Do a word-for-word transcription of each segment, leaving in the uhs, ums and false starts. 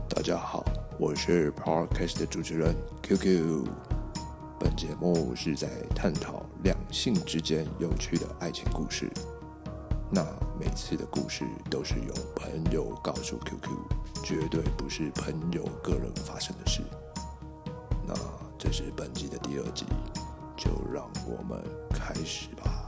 大家好，我是 Podcast 的主持人 Q Q。本节目是在探讨两性之间有趣的爱情故事。那每次的故事都是由朋友告诉 Q Q， 绝对不是朋友个人发生的事。那这是本集的第二集，就让我们开始吧。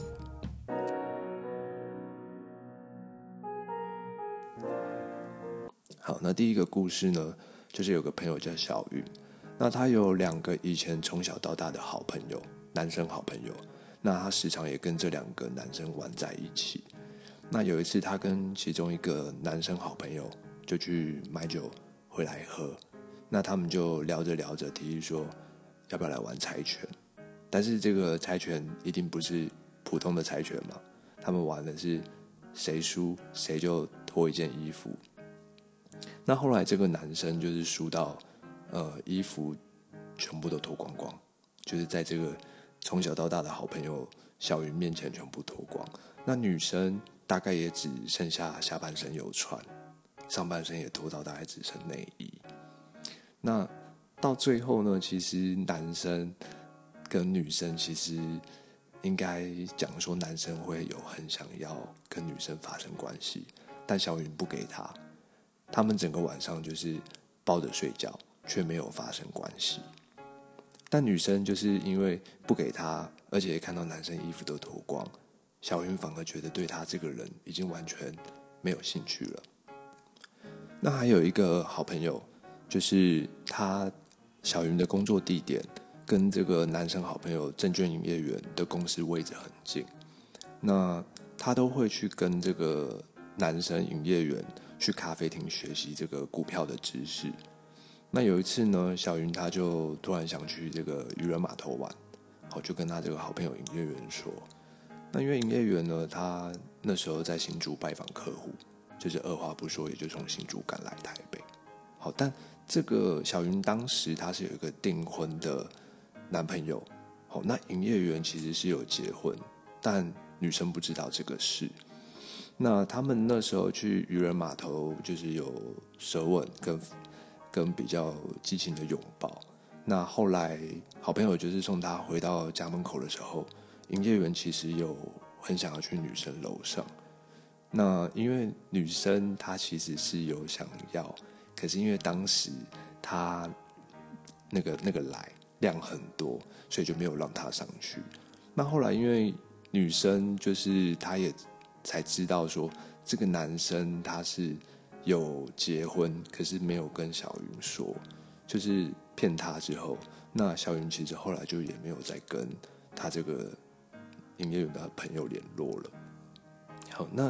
好，那第一个故事呢，就是有个朋友叫小云，那他有两个以前从小到大的好朋友，男生好朋友，那他时常也跟这两个男生玩在一起。那有一次他跟其中一个男生好朋友就去买酒回来喝，那他们就聊着聊着提议说要不要来玩猜拳，但是这个猜拳一定不是普通的猜拳嘛，他们玩的是谁输谁就脱一件衣服。那后来这个男生就是输到呃衣服全部都脱光光，就是在这个从小到大的好朋友小云面前全部脱光。那女生大概也只剩下下半身有穿，上半身也脱到大概只剩内衣。那到最后呢，其实男生跟女生其实应该讲说男生会有很想要跟女生发生关系，但小云不给他，他们整个晚上就是抱着睡觉，却没有发生关系。但女生就是因为不给他，而且看到男生衣服都脱光，小云反而觉得对他这个人已经完全没有兴趣了。那还有一个好朋友，就是他小云的工作地点跟这个男生好朋友证券营业员的公司位置很近，那他都会去跟这个男生营业员去咖啡厅学习这个股票的知识。那有一次呢，小云他就突然想去这个渔人码头玩，好就跟他这个好朋友营业员说。那因为营业员呢，他那时候在新竹拜访客户，就是二话不说也就从新竹赶来台北。好，但这个小云当时他是有一个订婚的男朋友，好，那营业员其实是有结婚，但女生不知道这个事。那他们那时候去渔人码头，就是有舌吻跟跟比较激情的拥抱。那后来好朋友就是送他回到家门口的时候，营业员其实有很想要去女生楼上。那因为女生她其实是有想要，可是因为当时她那个那个来量很多，所以就没有让她上去。那后来因为女生就是她也才知道说这个男生他是有结婚，可是没有跟小云说，就是骗他之后，那小云其实后来就也没有再跟他这个营业员的朋友联络了。好，那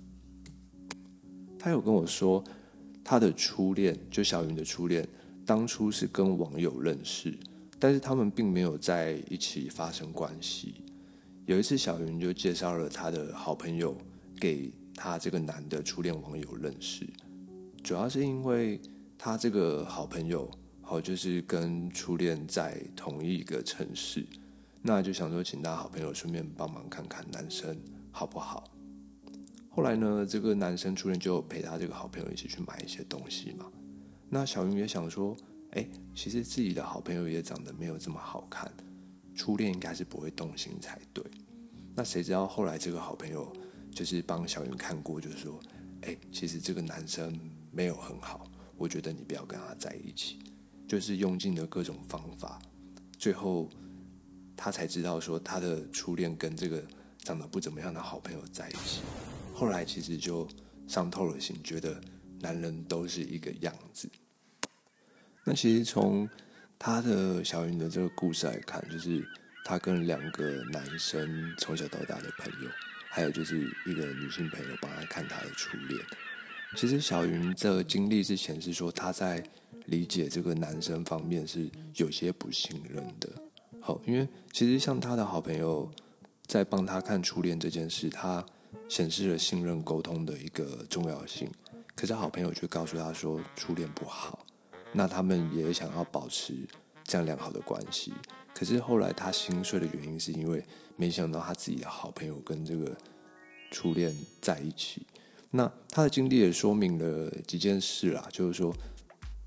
他有跟我说他的初恋，就小云的初恋，当初是跟网友认识，但是他们并没有在一起发生关系。有一次小云就介绍了他的好朋友给他这个男的初恋网友认识，主要是因为他这个好朋友好就是跟初恋在同一个城市，那就想说请他好朋友顺便帮忙看看男生好不好。后来呢，这个男生初恋就陪他这个好朋友一起去买一些东西嘛。那小云也想说，哎，其实自己的好朋友也长得没有这么好看，初恋应该是不会动心才对。那谁知道后来这个好朋友就是帮小云看过，就是说，哎，其实这个男生没有很好，我觉得你不要跟他在一起，就是用尽了各种方法，最后他才知道说他的初恋跟这个长得不怎么样的好朋友在一起。后来其实就伤透了心，觉得男人都是一个样子。那其实从他的小云的这个故事来看，就是他跟两个男生从小到大的朋友，还有就是一个女性朋友帮他看他的初恋。其实小云的经历是显示说他在理解这个男生方面是有些不信任的。好，因为其实像他的好朋友在帮他看初恋这件事，他显示了信任沟通的一个重要性。可是好朋友却告诉他说初恋不好，那他们也想要保持这样良好的关系。可是后来他心碎的原因是因为没想到他自己的好朋友跟这个初恋在一起。那他的经历也说明了几件事啦，就是说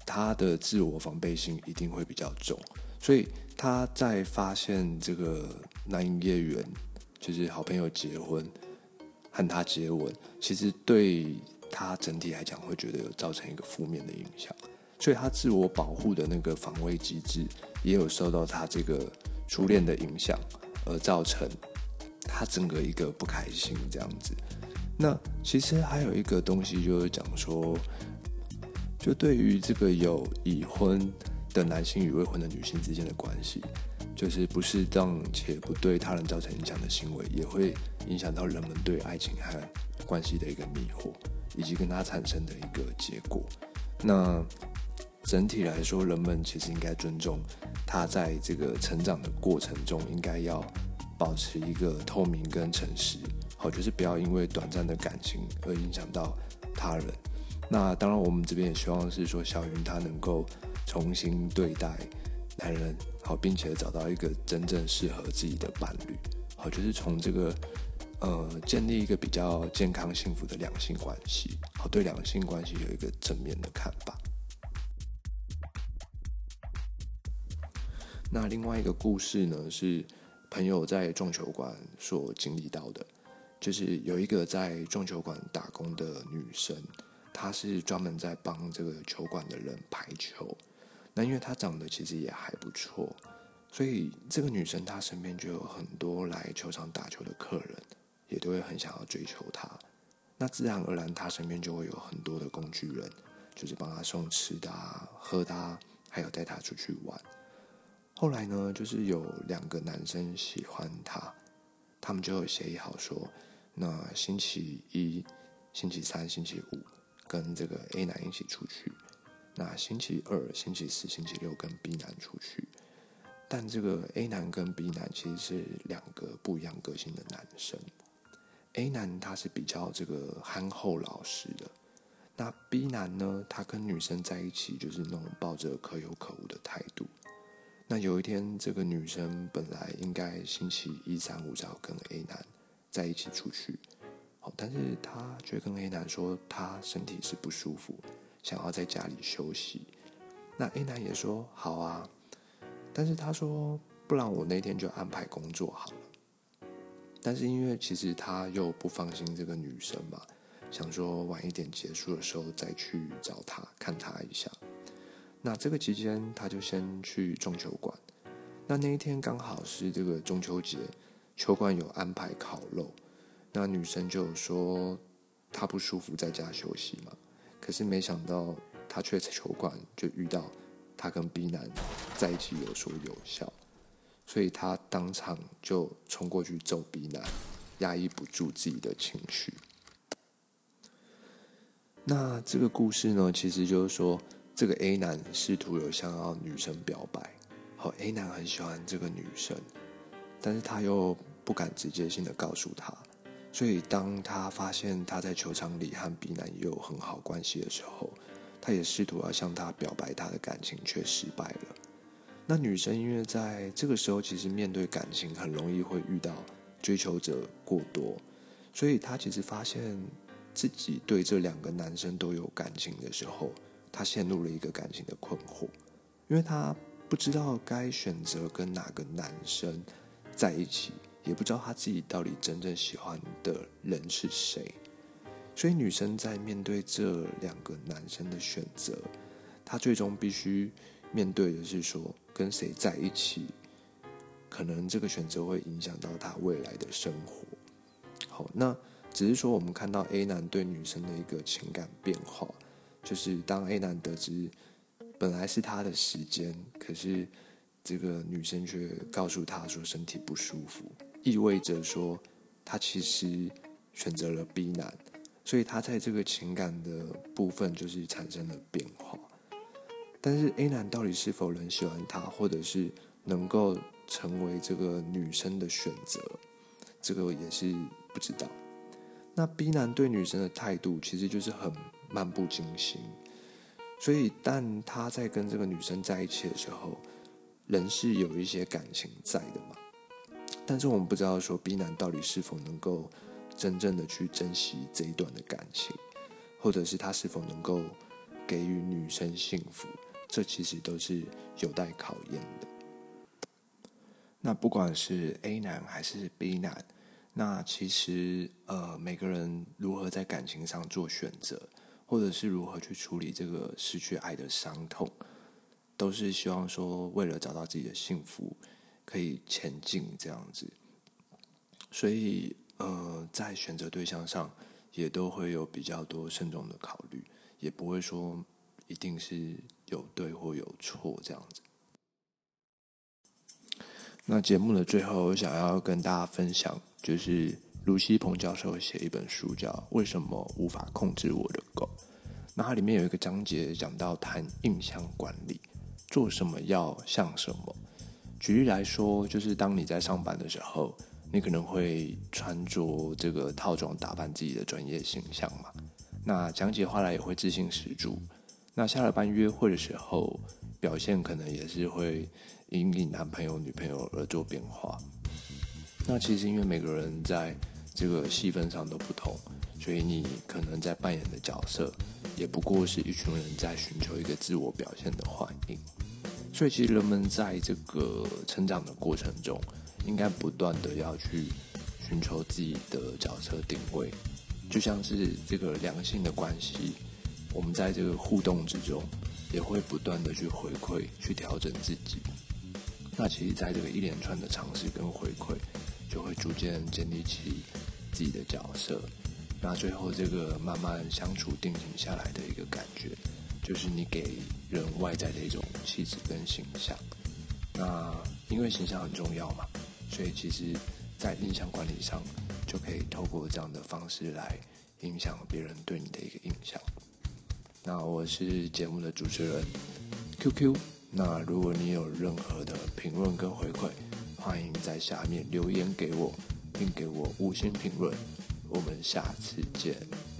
他的自我防备心一定会比较重，所以他在发现这个男营业员就是好朋友结婚和他接吻，其实对他整体来讲会觉得有造成一个负面的影响，所以他自我保护的那个防卫机制也有受到他这个初恋的影响，而造成他整个一个不开心这样子。那其实还有一个东西就是讲说，就对于这个有已婚的男性与未婚的女性之间的关系，就是不适当且不对他人造成影响的行为，也会影响到人们对爱情和关系的一个迷惑，以及跟它产生的一个结果。那整体来说，人们其实应该尊重他在这个成长的过程中，应该要保持一个透明跟诚实，好，就是不要因为短暂的感情而影响到他人。那当然，我们这边也希望是说，小云她能够重新对待男人，好，并且找到一个真正适合自己的伴侣，好，就是从这个呃建立一个比较健康幸福的两性关系，好，对两性关系有一个正面的看法。那另外一个故事呢，是朋友在撞球馆所经历到的，就是有一个在撞球馆打工的女生，她是专门在帮这个球馆的人排球。那因为她长得其实也还不错，所以这个女生她身边就有很多来球场打球的客人，也都会很想要追求她。那自然而然，她身边就会有很多的工具人，就是帮她送吃的啊、喝的啊，还有带她出去玩。后来呢，就是有两个男生喜欢她，他们就有协议好说，那星期一、星期三、星期五跟这个 A 男一起出去，那星期二、星期四、星期六跟 B 男出去。但这个 A 男跟 B 男其实是两个不一样个性的男生。A 男他是比较这个憨厚老实的，那 B 男呢，他跟女生在一起就是那种抱着可有可无的态度。那有一天，这个女生本来应该星期一、三、五是要跟 A 男在一起出去，好，但是她却跟 A 男说她身体是不舒服，想要在家里休息。那 A 男也说好啊，但是他说不然我那天就安排工作好了。但是因为其实他又不放心这个女生嘛，想说晚一点结束的时候再去找她看她一下。那这个期间，他就先去撞球馆。那那一天刚好是这个中秋节，球馆有安排烤肉。那女生就说她不舒服，在家休息嘛。可是没想到，她却在球馆就遇到她跟 B 男在一起有说有笑，所以她当场就冲过去揍 B 男，压抑不住自己的情绪。那这个故事呢，其实就是说，这个 A 男试图有向要女生表白，好 A 男很喜欢这个女生，但是他又不敢直接性的告诉她，所以当他发现他在球场里和 B 男也有很好关系的时候，他也试图要向他表白他的感情，却失败了。那女生因为在这个时候其实面对感情很容易会遇到追求者过多，所以她其实发现自己对这两个男生都有感情的时候，他陷入了一个感情的困惑，因为他不知道该选择跟哪个男生在一起，也不知道他自己到底真正喜欢的人是谁。所以女生在面对这两个男生的选择，她最终必须面对的是说，跟谁在一起，可能这个选择会影响到她未来的生活。好，那只是说我们看到 A 男对女生的一个情感变化，就是当 A 男得知本来是他的时间，可是这个女生却告诉他说身体不舒服，意味着说他其实选择了 B 男，所以他在这个情感的部分就是产生了变化。但是 A 男到底是否能喜欢他，或者是能够成为这个女生的选择，这个也是不知道。那 B 男对女生的态度其实就是很漫不经心，所以但他在跟这个女生在一起的时候，人是有一些感情在的嘛。但是我们不知道说 B 男到底是否能够真正的去珍惜这一段的感情，或者是他是否能够给予女生幸福。 这其实都是有待考验的。那不管是 A 男还是 B 男，那其实呃每个人如何在感情上做选择，或者是如何去处理这个失去爱的伤痛，都是希望说为了找到自己的幸福可以前进这样子。所以呃在选择对象上也都会有比较多慎重的考虑，也不会说一定是有对或有错这样子。那节目的最后，我想要跟大家分享，就是卢锡鹏教授写一本书叫《为什么无法控制我的狗》。那它里面有一个章节讲到谈印象管理，做什么要像什么。举例来说，就是当你在上班的时候，你可能会穿着这个套装打扮自己的专业形象嘛。那讲起话来也会自信十足。那下了班约会的时候，表现可能也是会因你男朋友女朋友而做变化。那其实因为每个人在这个戏份上都不同，所以你可能在扮演的角色也不过是一群人在寻求一个自我表现的环境。所以其实人们在这个成长的过程中，应该不断的要去寻求自己的角色定位，就像是这个良性的关系，我们在这个互动之中也会不断的去回馈，去调整自己。那其实在这个一连串的尝试跟回馈，就会逐渐建立起自己的角色。那最后这个慢慢相处定型下来的一个感觉，就是你给人外在的一种气质跟形象。那因为形象很重要嘛，所以其实在印象管理上就可以透过这样的方式来影响别人对你的一个印象。那我是节目的主持人 Q Q， 那如果你有任何的评论跟回馈，欢迎在下面留言给我，并给我五星评论。我们下次见。